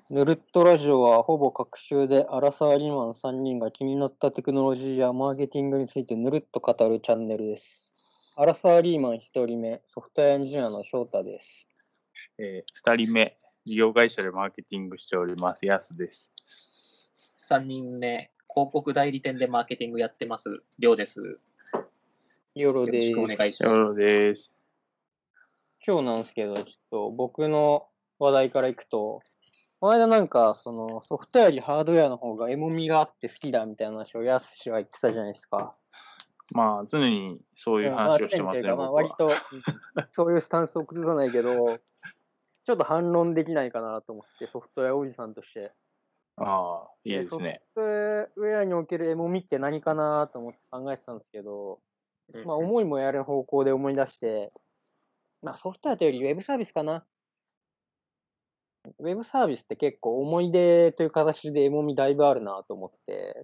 ヌルットラジオはほぼ隔週でアラサーリーマン3人が気になったテクノロジーやマーケティングについてぬるっと語るチャンネルです。アラサーリーマン1人目、ソフトウェアエンジニアの翔太です。 2人目、事業会社でマーケティングしております、ヤスです。 3人目、広告代理店でマーケティングやってます、りょうです。 よろよろしくおです。 願いします。 よろです。 今日なんですけど、ちょっと僕の話題からいくと、この間なんかそのソフトウェアよりハードウェアの方がエモみがあって好きだみたいな話をヤス氏は言ってたじゃないですか。 まあ、常にそういう話をしてますね、 まあ、 僕は。 割とそういうスタンスを崩さないけど、ちょっと反論できないかなと思って、ソフトウェアおじさんとして。 ああ、いいですね。 ソフトウェアにおけるエモみって何かなと思って考えてたんですけど、まあ、思いもやる方向で思い出して、まあ、ソフトウェアというよりウェブサービスかな。ウェブサービスって結構思い出という形でエモみだいぶあるなと思って、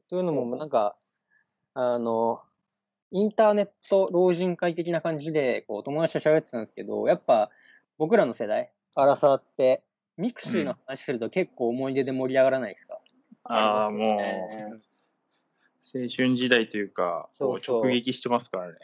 というのもなんか、インターネット老人会的な感じで、こう友達と喋ってたんですけど、やっぱ僕らの世代、アラサーって、ミクシーの話すると結構思い出で盛り上がらないですか？ ああ、もう、青春時代というか、 そうそう直撃してますからね。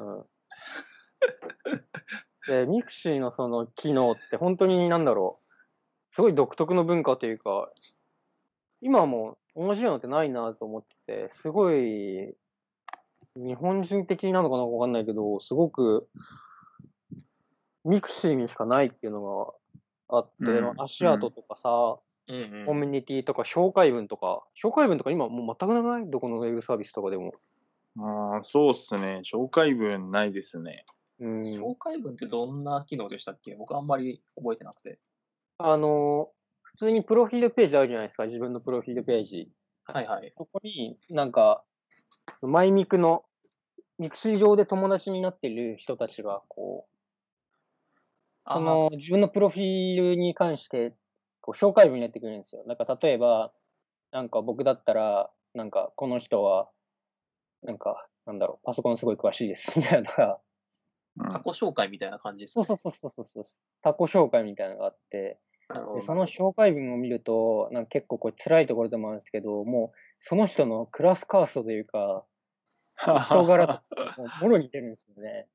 で、ミクシーのその機能って本当になんだろう、すごい独特の文化というか、今も同じようなのってないなと思ってて、すごい日本人的なのかなわかんないけど、すごくミクシーにしかないっていうのがあって、足跡とかさ、コミュニティとか紹介文とか今もう全くなくない？どこのウェブサービスとかでも。 ああ、そうっすね。紹介文ないですね。 紹介文ってどんな機能でしたっけ？僕あんまり覚えてなくて。 普通にプロフィールページあるじゃないですか、自分のプロフィールページ。 はいはい。 そこになんか、マイミクの、ミクシー上で友達になってる人たちが、こう、その自分のプロフィールに関して、こう紹介文になってくるんですよ。なんか例えば、なんか僕だったら、なんかこの人は、なんか、なんだろう、パソコンすごい詳しいですみたいなとか、 他己紹介みたいな感じですね。 そうそうそうそうそう、他己紹介みたいなのがあって、で、その紹介文を見ると、なんか結構これ辛いところでもあるんですけど、もうその人のクラスカーストというか、人柄とか、もうもろに出るんですよね。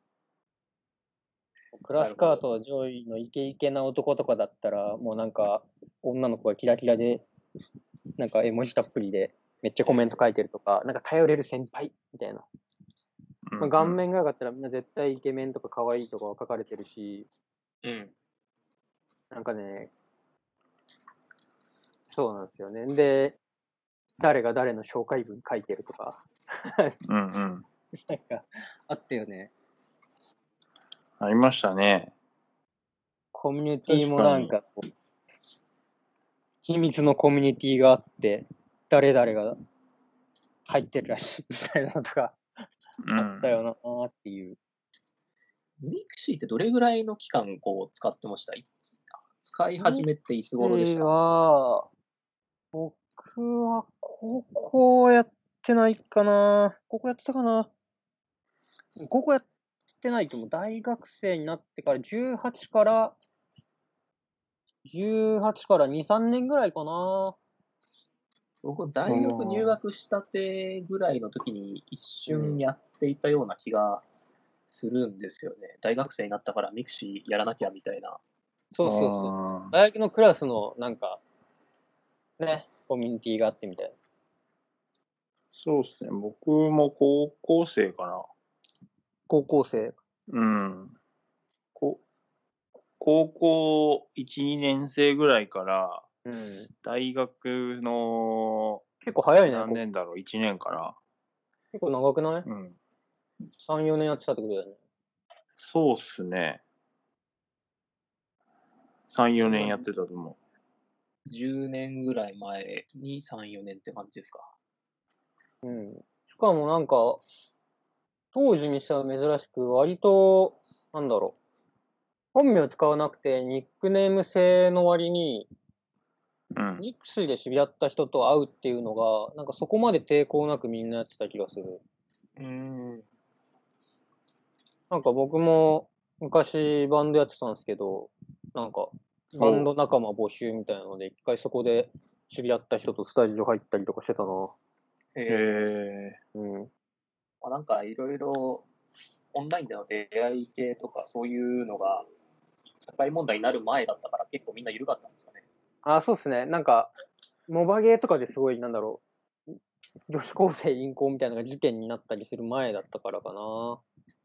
クラスカート上位のイケイケな男とかだったら、もうなんか、女の子がキラキラで、なんか絵文字たっぷりで、めっちゃコメント書いてるとか、なんか頼れる先輩みたいな。まあ、顔面が良かったらみんな絶対イケメンとか可愛いとかは書かれてるし、なんかね、そうなんですよね。で、誰が誰の紹介文書いてるとか。なんか、あったよね。 ありましたね。 コミュニティもなんかこう、秘密のコミュニティがあって、誰々が入ってるらしいみたいなのとか、あったよなーっていう。 ミクシーってどれぐらいの期間こう使ってました？使い始めっていつ頃でした？ 僕は高校やってないかな。高校やってたかな。高校やってないと思う。大学生になってから18から2、3年ぐらいかな。 僕、大学入学したてぐらいの時に一瞬やっていたような気がするんですよね。大学生になったからミクシーやらなきゃみたいな。 そうそうそう。大学のクラスのなんか、ね、コミュニティがあってみたいな。 そうっすね。僕も高校生かな。 高校生。 高校1、2年生ぐらいから、 うん。 大学の、 結構早いね。 何年だろう、1年かな。 結構長くない？ うん。 3、4年やってたってことだよね。 そうっすね。3、4年やってたと思 10年ぐらい前に3、4年って感じですか。 うん。しかもなんか、当時にしては珍しく、割と、なんだろう。本名使わなくて、ニックネーム制の割に、ミクシーで知り合った人と会うっていうのが、なんかそこまで抵抗なくみんなやってた気がする。なんか僕も昔バンドやってたんですけど、なんかバンド仲間募集みたいなので、一回そこで知り合った人とスタジオ入ったりとかしてたな。うん。 なんかいろいろオンラインでの出会い系とかそういうのが社会問題になる前だったから結構みんな緩かったんですかね。 あ、そうっすね。なんか、モバゲーとかですごい、女子高生淫行みたいなのが事件になったりする前だったからかな。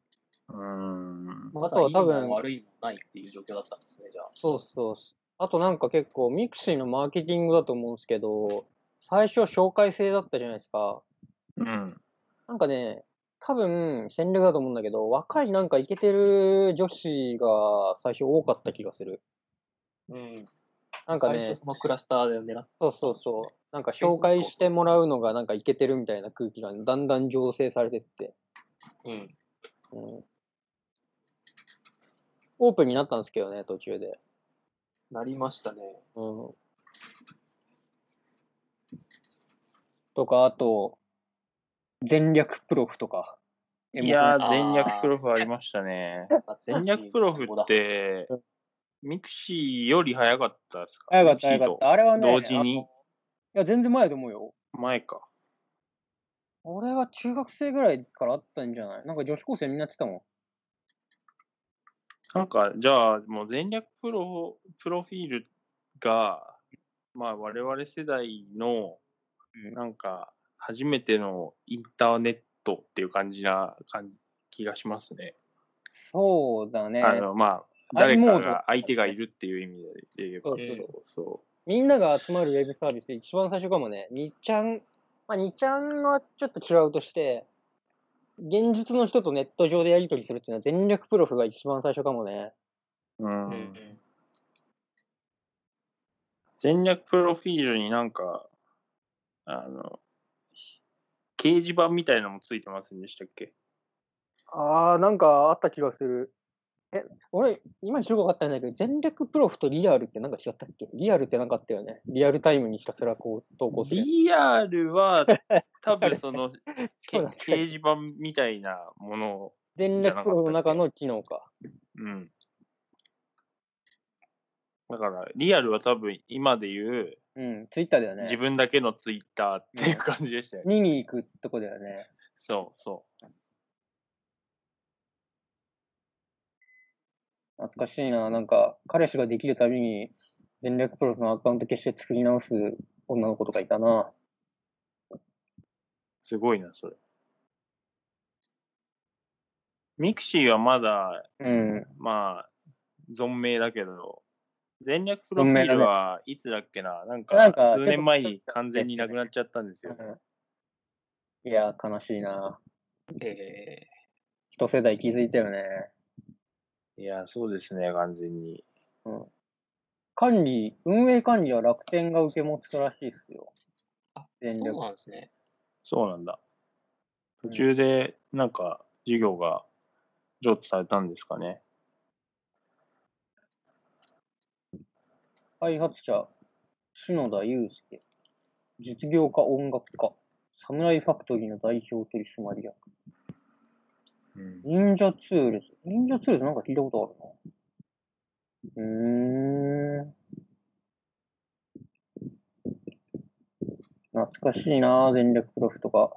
まだいいも悪いもないっていう状況だったんですね、じゃあ。 そうそう。あとなんか結構、ミクシーのマーケティングだと思うんですけど、最初紹介制だったじゃないですか。なんかね、多分戦略だと思うんだけど、若いなんかイケてる女子が最初多かった気がする。なんかね、 最初そのクラスターで狙って、 そう。なんか紹介してもらうのがなんかイケてるみたいな空気がだんだん醸成されてって。オープンになったんですけどね、途中で。 なりましたね。 とか、あと、全略プロフとか。 いやー、全略プロフありましたね。全略プロフって、ミクシーより早かったですか？ 早かった。あれはね、 同時に。 いや、全然前だと思うよ。 前か。 俺が中学生ぐらいからあったんじゃない？なんか女子高生みんなやってたもん。 なんか、じゃあ、もう全略プロフィールが、まあ、我々世代の、なんか、初めてのインターネットっていう気がしますね。 そうだね。 まあ、誰かが、相手がいるっていう意味で言えば、そう。 みんなが集まるウェブサービスで一番最初かもね。2ちゃんはちょっと違うとして、現実の人とネット上でやり取りするっていうのは全略プロフが一番最初かもね。 全略プロフィールになんか、掲示板みたいなのもついてませんでしたっけ？ なんかあった気がする。俺、今よく分かったんだけど、全略プロフとリアルってなんか違ったっけ？リアルってなかったよね。リアルタイムにひたすらこう投稿する。 リアルは、多分その掲示板みたいなもの全略プロフの中の機能か。 だから、リアルは多分今で言う、 ツイッターだよね。 自分だけのツイッターっていう感じでしたよね。 見に行くとこだよね。 そう。 懐かしいな。なんか、彼氏ができるたびに、全略プロフのアカウント消して作り直す女の子とかいたな。 すごいな、それ。ミクシーはまだ、まあ、存命だけど、全略プロフィールはいつだっけな、なんか数年前に完全になくなっちゃったんですよ。 いや、悲しいな。一世代気づいたよね。 いや、そうですね、完全に。 運営管理は楽天が受け持ってたらしいっすよ。 そうなんですね。 そうなんだ。途中で、なんか、事業が譲渡されたんですかね。 開発者、篠田祐介。実業家音楽家。サムライファクトリーの代表取締役。忍者ツールズなんか聞いたことあるな。懐かしいな、全略プロフとか。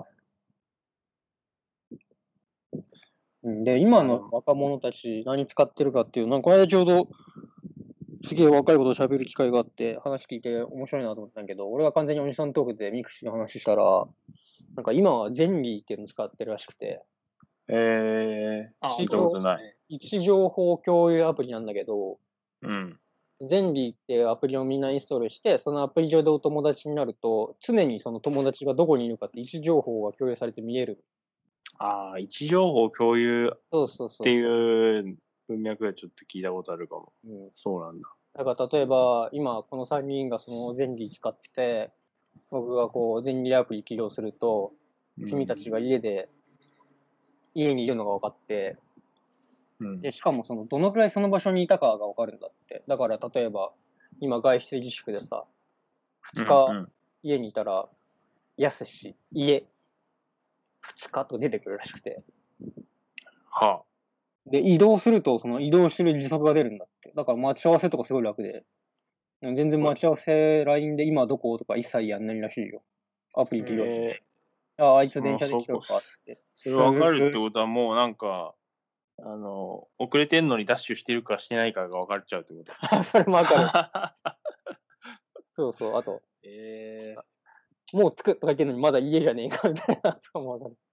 で、今の若者たち何使ってるかっていう、この間ちょうどすげえ若いこと喋る機会があって話聞いて面白いなと思ったんだけど、俺は完全におじさんトークでミクシーの話したら、なんか今はゼンリーっていうの使ってるらしくて。 聞いたことない。 位置情報共有アプリなんだけど、ゼンリーっていうアプリをみんなインストールして、そのアプリ上でお友達になると、常にその友達がどこにいるかって位置情報が共有されて見える。 位置情報共有っていう文脈はちょっと聞いたことあるかも。そうなんだ。 だから例えば、今この3人がそのゼンリー使ってて、僕がこうゼンリーアプリ起動すると、君たちが家にいるのが分かって、でしかもそのどのくらいその場所にいたかが分かるんだって。だから例えば今外出自粛でさ、2日家にいたら、やすし家2日と出てくるらしくて。で移動するとその移動してる時速が出るんだって。だから待ち合わせとかすごい楽で。 全然待ち合わせ LINE で今どことか一切やんないらしいよ。アプリ起動して。あいつ電車で来たのかって。 それ分かるってことはもうなんか、遅れてんのにダッシュしてるかしてないかが分かっちゃうってこと。 それも分かる。そうそう、あと、もう着くとか言ってんのにまだ家じゃねえかみたいなとかも分かる。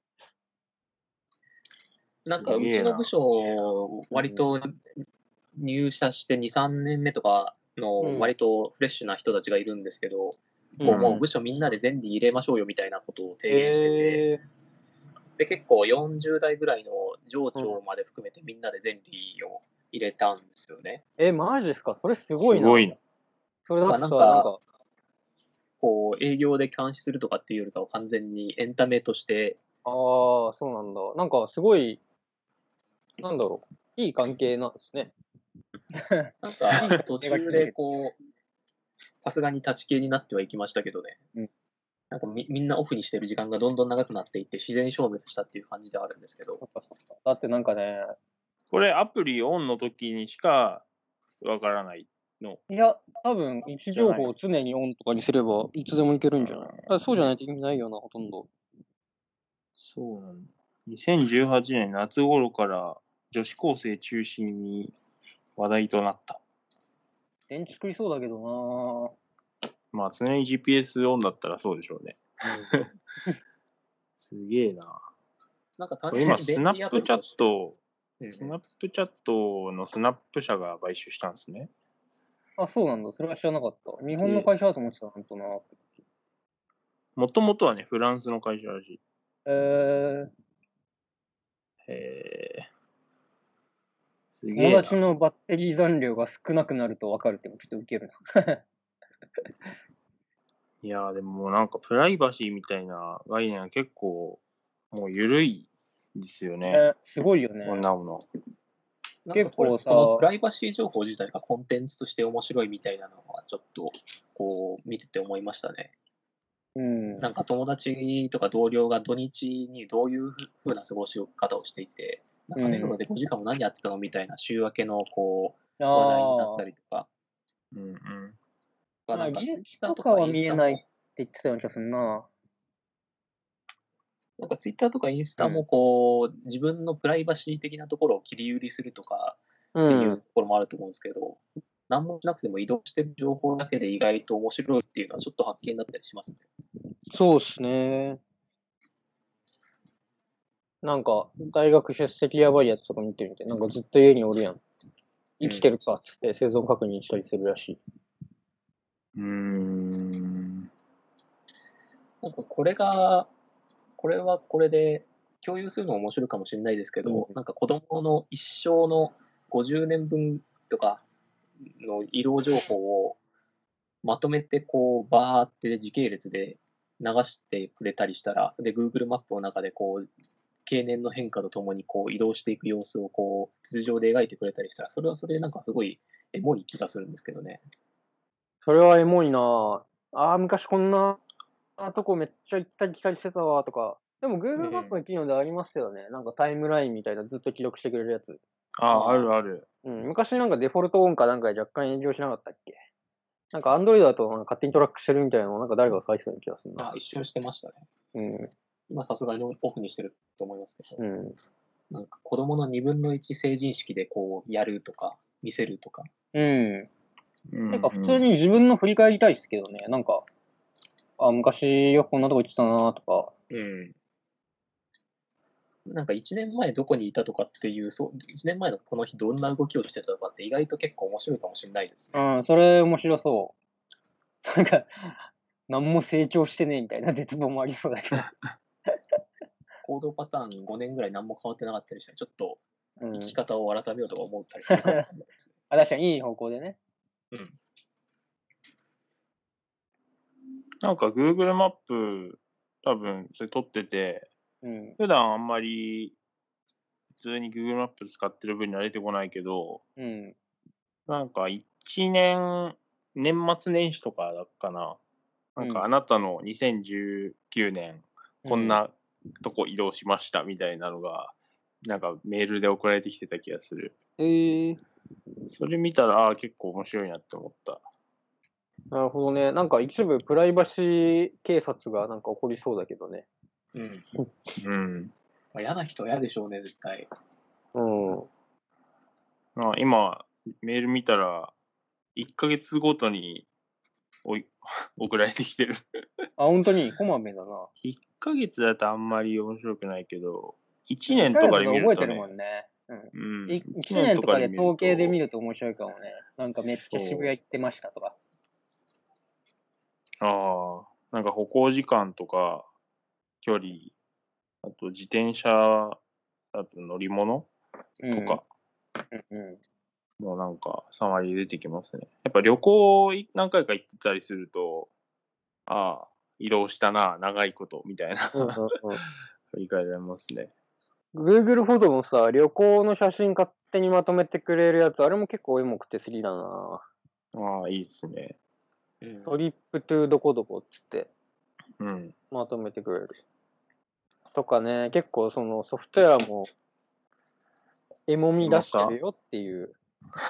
なんかうちの部署、割と入社して2、3年目とかの割とフレッシュな人たちがいるんですけど、もう部署みんなでゼンリー入れましょうよみたいなことを提言してて、で結構40代ぐらいの上長まで含めてみんなでゼンリーを入れたんですよね。 マジですか？それすごいな。 すごいな。 それだってさ、 なんかこう営業で監視するとかっていうよりかは完全にエンタメとして。 ああ、そうなんだ。なんかすごい、なんだろう、いい関係なんですね。 なんか途中でこう、さすがに立ち消えになってはいきましたけどね。なんかみんなオフにしてる時間がどんどん長くなっていって自然消滅したっていう感じではあるんですけど。 だってなんかね、 これアプリオンの時にしかわからないの？ いや、多分位置情報を常にオンとかにすればいつでもいけるんじゃない？そうじゃないと意味ないよな、ほとんど。 そうなんだ。2018年夏頃から女子高生中心に話題となった。 電池作りそうだけどな。 まあ常に GPS オンだったらそうでしょうね。すげえな。 なんか今スナップチャットのスナップ社が買収したんですね。 あ、そうなんだ。それは知らなかった。日本の会社だと思ってた、なんとなく。 もともとはね、フランスの会社らしい。すげえな。 友達のバッテリー残量が少なくなると分かるってもちょっとウケるな。 いやーでももうなんかプライバシーみたいな概念は結構もう緩いですよね。 すごいよね。 こんなもの。 結構さ、このプライバシー情報自体がコンテンツとして面白いみたいなのはちょっとこう見てて思いましたね。なんか友達とか同僚が土日にどういう風な過ごし方をしていて、なんか目黒で5時間も何やってたのみたいな週明けのこう話題になったりとか。 なんか履歴とかは見えないって言ってたような気がするな。 なんかツイッターとかインスタもこう、自分のプライバシー的なところを切り売りするとかっていうところもあると思うんですけど、何もしなくても移動してる情報だけで意外と面白いっていうのはちょっと発見だったりしますね。 そうですね。なんか、大学出席やばいやつとか見てみて、なんかずっと家におるやん。生きてるかっつって生存確認したりするらしい。 なんかこれはこれで共有するのも面白いかもしれないですけど、なんか子供の一生の50年分とかの移動情報をまとめてこうバーって時系列で流してくれたりしたら、で Google マップの中でこう経年の変化とともにこう移動していく様子をこう地図上で描いてくれたりしたら、それはそれでなんかすごいエモい気がするんですけどね。 それはエモいなぁ。昔こんなとこめっちゃ行ったり来たりしてたわとか。でも Google マップの機能でありましたよね。なんかタイムラインみたいなずっと記録してくれるやつ。 あるある。 昔なんかデフォルトオンかなんかで若干炎上しなかったっけ？なんか Android だと勝手にトラックしてるみたいなのをなんか誰かが書いてたような気がするな。 一瞬してましたね。今さすがにオフにしてると思いますけど。なんか子供の2分の1成人式でこうやるとか見せるとか。 なんか普通に自分の振り返りたいですけどね。なんか、昔よくこんなとこ行ってたなとか。 なんか1年前どこにいたとかっていう、1年前のこの日どんな動きをしてたとかって意外と結構面白いかもしれないですね。 それ面白そう。なんか、何も成長してねえみたいな絶望もありそうだけど。 行動パターン5年ぐらい何も変わってなかったりしたら、ちょっと生き方を改めようとか思ったりするかもしれないですね。 確かにいい方向でね。 なんか Google マップ多分それ撮ってて、普段あんまり普通に Google マップ使ってる分には出てこないけど、なんか年末年始とかだっかな。なんかあなたの2019年、こんなとこ移動しましたみたいなのが、なんかメールで送られてきてた気がする。それ見たら、結構面白いなって思った。 なるほどね。なんか一部プライバシー警察がなんか起こりそうだけどね。 うん。 うん。 まあ、嫌な人は嫌でしょうね、絶対。 うん。 今、メール見たら、1ヶ月ごとに送られてきてる。 あ、本当にこまめだな。 1ヶ月だとあんまり面白くないけど、1 1 年とかで見ると覚えてるもね、 んね。 うん。 1 1 年とかで見る統計で見と、 ると面白いかもね。なんかめっちゃ渋谷行ってましたとか。 なんか歩行時間とか、距離、あと自転車、あと乗り物とか、もうなんか、サマリー出てきますね。やっぱ旅行何回か行ってたりすると、移動したな、長いこと、みたいな、振り返られますね。 Google フォトもさ、旅行の写真勝手にまとめてくれるやつ、あれも結構エモくて好きだな。 いいですね。 トリップトゥどこどこっつって、まとめてくれる。とかね、結構そのソフトウェアもエモみ出してるよっていう。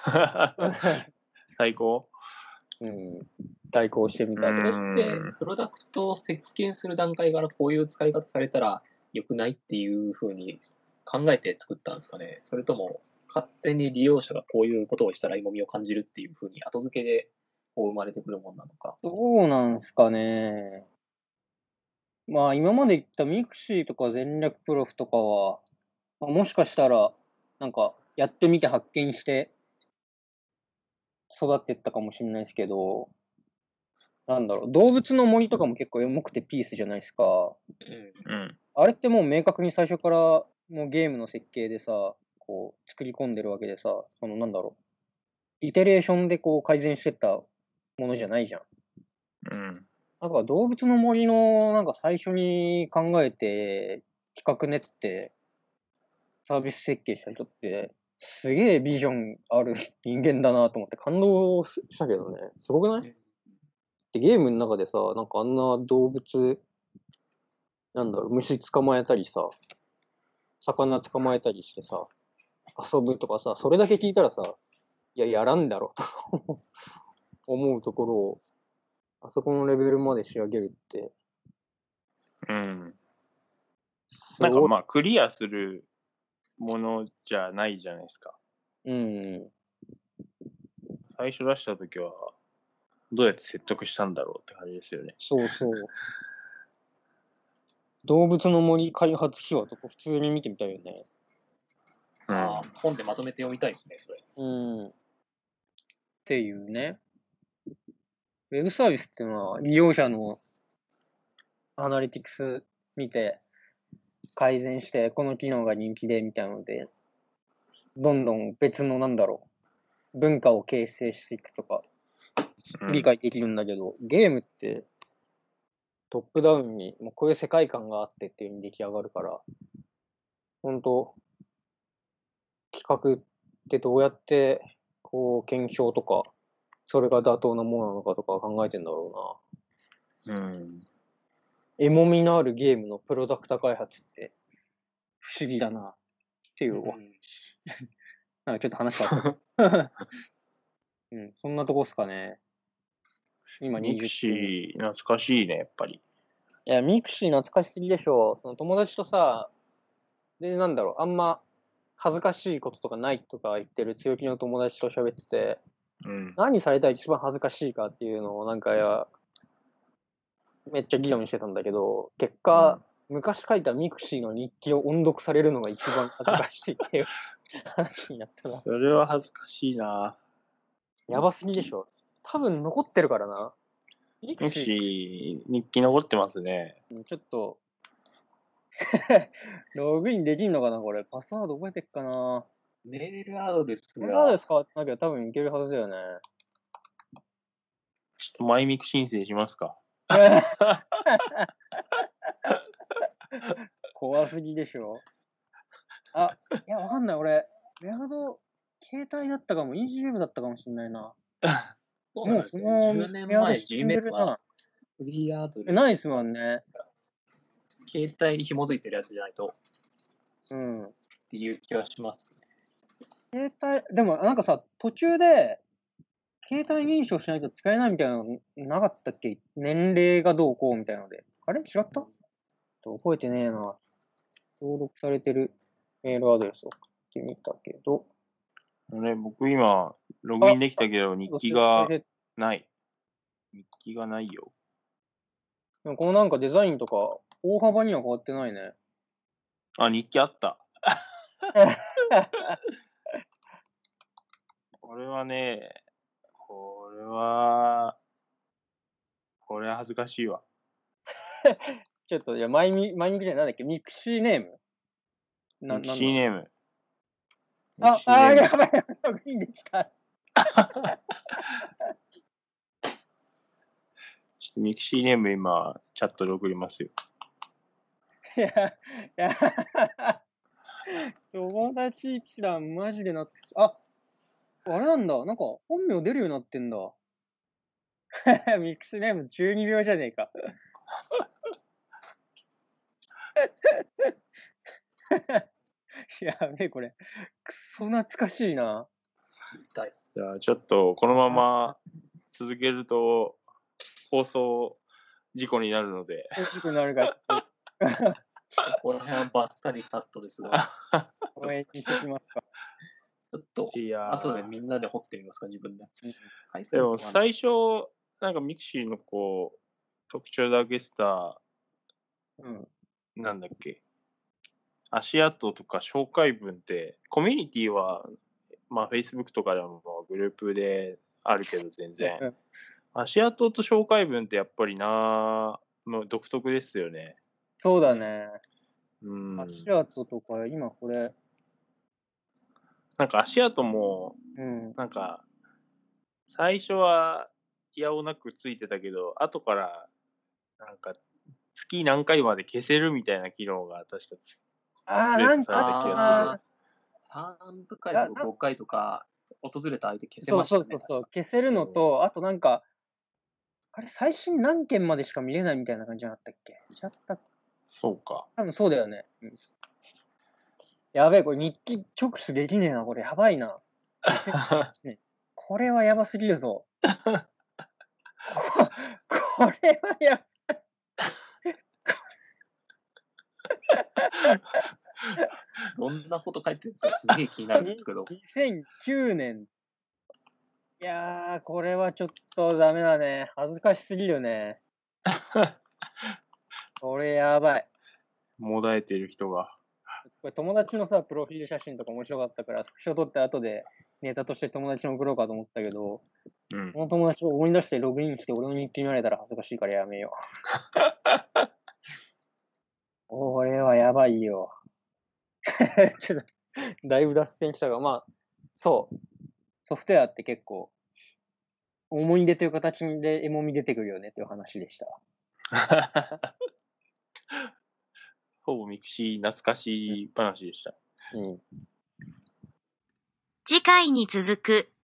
最高対抗してみたり。 それって、プロダクトを設計する段階からこういう使い方されたら良くないっていうふうに考えて作ったんですかね。それとも、勝手に利用者がこういうことをしたらエモみを感じるっていうふうに後付けでこう生まれてくるものなのか。 どうなんすかね。まあ今まで言ったミクシーとか全略プロフとかは、もしかしたら、なんかやってみて発見して育ってったかもしれないですけど、なんだろう、動物の森とかも結構エモくてピースじゃないですか。あれってもう明確に最初からもうゲームの設計でさ、こう作り込んでるわけでさ、なんだろう、イテレーションでこう改善してったものじゃないじゃん。なんか動物の森のなんか最初に考えて企画練ってサービス設計した人ってすげえビジョンある人間だなと思って感動したけどね。すごくない？でゲームの中でさ、なんかあんな動物、なんだろう、虫捕まえたりさ、魚捕まえたりしてさ、遊ぶとかさ、それだけ聞いたらさ、いや、やらんだろうと思うところを、あそこのレベルまで仕上げるって、 なんかまあ、クリアするものじゃないじゃないですか。最初出したときは、どうやって説得したんだろうって感じですよね。 そうそう。動物の森開発秘話とか普通に見てみたいよね。 本でまとめて読みたいですね、それ。 っていうね。ウェブサービスっていうのは利用者のアナリティクス見て改善してこの機能が人気でみたいなので、どんどん別のなんだろう、文化を形成していくとか理解できるんだけど、ゲームってトップダウンにもうこういう世界観があってっていう風に出来上がるから、本当企画ってどうやってこう検証とか、それが妥当なものなのかとか考えてんだろうな。エモみのあるゲームのプロダクト開発って不思議だなっていう。なんかちょっと話変わった。そんなとこっすかね。今ミクシー、懐かしいね、やっぱり。 いや、ミクシー懐かしすぎでしょ。その友達とさ、で、なんだろう、あんま恥ずかしいこととかないとか言ってる強気の友達と喋ってて、何されたら一番恥ずかしいかっていうのをなんかめっちゃ議論してたんだけど、結果、昔書いたミクシーの日記を音読されるのが一番恥ずかしいっていう話になったな。 それは恥ずかしいな。 やばすぎでしょ。多分残ってるからな。 ミクシー日記残ってますね。 ちょっとログインできんのかなこれ。パスワード覚えてっかな。 メールアドレスが。 メールアドレス変わってなきゃ多分いけるはずだよね。 ちょっとマイミク申請しますか。 怖すぎでしょ。いや、わかんない。俺、メアド、携帯だったかも、EGM だったかもしんないな。 そうなんですよ。10年前、Gmail はフリーアドレス。 ないっすもんね。 携帯に紐づいてるやつじゃないと。っていう気はしますね。 携帯、でもなんかさ、途中で、 携帯認証しないと使えないみたいなのなかったっけ？年齢がどうこうみたいなので。あれ違った？覚えてねえな。登録されてるメールアドレスを送ってみたけど。 僕今、ログインできたけど、日記がない。日記がないよ。 このなんかデザインとか、大幅には変わってないね。 あ、日記あった。これはね、これは恥ずかしいわ。 ちょっと、いや、マイミクじゃない、なんだっけ、ミクシーネームミクシーネーム。 やばい、ログインできた。 ミクシーネーム今、チャットで送りますよ。 いや、友達一覧マジで懐かしい。あれなんだ。なんか本名出るようになってんだ。ミクシーネーム12秒じゃねえか。やべえ、これ。くそ懐かしいな。 痛い。 じゃあ、ちょっと、このまま続けると、放送事故になるので。 事故になるから。 ここら辺はバッサリカットですが。 応援にしてきますか。 ちょっと、後でみんなで掘ってみますか、自分で。 でも、最初、なんかミクシーの特徴だけしたなんだっけ、足跡とか紹介文って、コミュニティは、まあ、Facebook とかでもグループであるけど、全然。足跡と紹介文ってやっぱり独特ですよね。 そうだね。足跡とか、今これ。 なんか足跡も、なんか、最初は嫌おなくついてたけど、後から、なんか、月何回まで消せるみたいな機能が確かなんか 3回とか5回とか訪れた相手消せましたね。 そう、消せるのと、あとなんか、あれ、最新何件までしか見れないみたいな感じじゃなかったっけ？ そうか。 多分そうだよね。やべえ、これ日記直視できねえな、これやばいな。これはやばすぎるぞ。これはやばい。 どんなこと書いてるんですか？すげえ気になるんですけど。 2009年。いやー、これはちょっとダメだね。恥ずかしすぎるね。これやばい。 もだえてる人が。 これ友達のさ、プロフィール写真とか面白かったから、スクショ撮って後でネタとして友達に送ろうかと思ったけど、この友達を思い出してログインして俺の日記見られたら恥ずかしいからやめよう。これはやばいよ。ちょっと、だいぶ脱線したが、まあ、そう。ソフトウェアって結構、思い出という形でエモみ出てくるよねという話でした。 ほぼミクシー懐かしい話でした。 次回に続く。